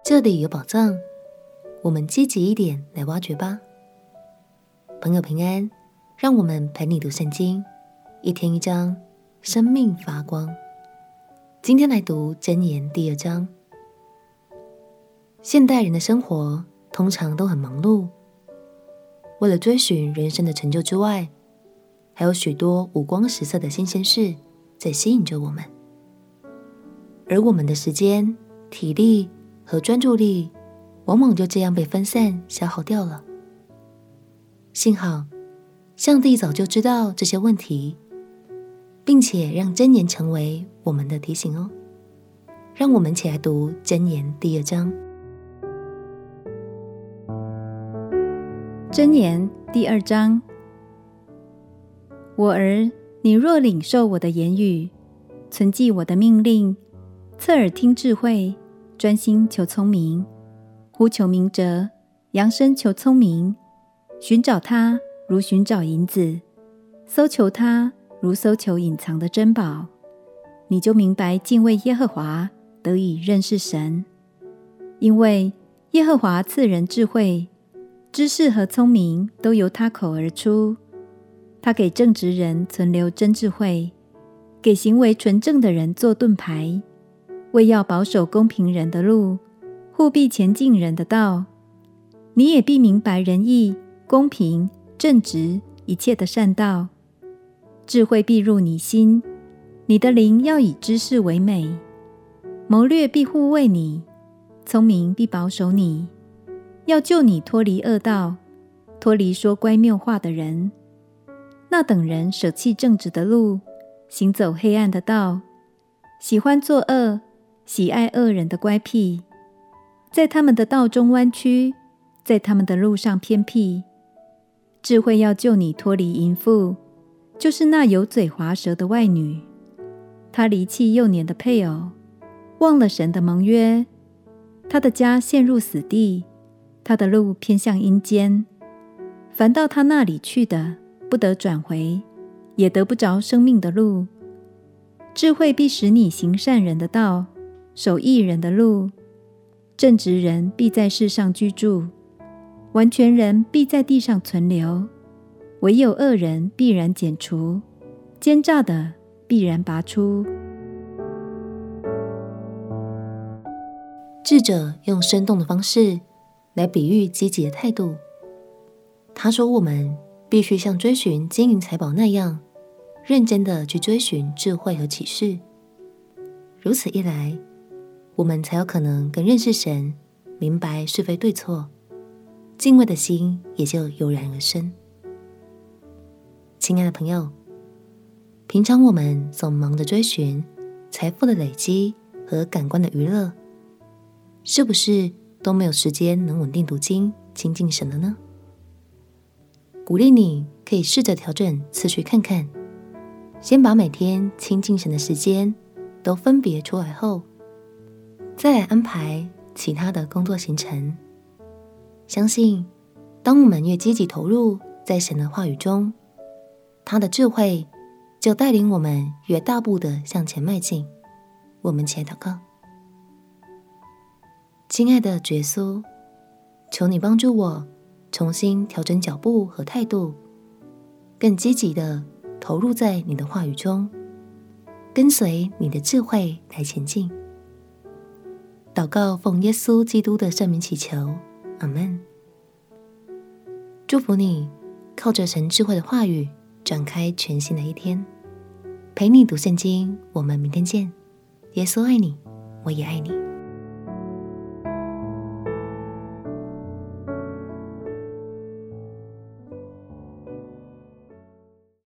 这里有宝藏，我们积极一点来挖掘吧。朋友平安，让我们陪你读圣经，一天一章，生命发光。今天来读箴言第2章。现代人的生活通常都很忙碌，为了追寻人生的成就之外，还有许多五光十色的新鲜事在吸引着我们，而我们的时间、体力和专注力往往就这样被分散消耗掉了。幸好上帝早就知道这些问题，并且让箴言成为我们的提醒哦。让我们一起来读箴言第2章。 箴言第2章。我儿，你若领受我的言语，存记我的命令，侧耳听智慧，专心求聪明，呼求明哲，扬声求聪明，寻找它如寻找银子，搜求它如搜求隐藏的珍宝，你就明白敬畏耶和华，得以认识神。因为耶和华赐人智慧，知识和聪明都由他口而出。他给正直人存留真智慧，给行为纯正的人做盾牌，为要保守公平人的路，护庇前进人的道。你也必明白仁义、公平、正直一切的善道。智慧必入你心，你的灵要以知识为美。谋略必护卫你，聪明必保守你，要救你脱离恶道，脱离说乖谬话的人。那等人舍弃正直的路，行走黑暗的道，喜欢作恶，喜爱恶人的乖僻，在他们的道中弯曲，在他们的路上偏僻。智慧要救你脱离淫妇，就是那油嘴滑舌的外女。她离弃幼年的配偶，忘了神的盟约。她的家陷入死地，她的路偏向阴间。凡到她那里去的，不得转回，也得不着生命的路。智慧必使你行善人的道，守义人的路。正直人必在世上居住，完全人必在地上存留。唯有恶人必然剪除，奸诈的必然拔出。 智者用生动的方式来比喻积极的态度。他说我们必须像追寻金银财宝那样，认真的去追寻智慧和启示。如此一来，我们才有可能更认识神，明白是非对错，敬畏的心也就油然而生。亲爱的朋友，平常我们总忙着追寻财富的累积和感官的娱乐，是不是都没有时间能稳定读经，亲近神了呢？鼓励你可以试着调整次序看看，先把每天亲近神的时间都分别出来后，再来安排其他的工作行程。相信当我们越积极投入在神的话语中，他的智慧就带领我们越大步的向前迈进。我们一起来祷告。亲爱的主耶稣，求你帮助我重新调整脚步和态度，更积极地投入在你的话语中，跟随你的智慧来前进。祷告奉耶稣基督的圣名祈求，阿们。祝福你靠着神智慧的话语展开全新的一天。陪你读圣经，我们明天见。耶稣爱你，我也爱你。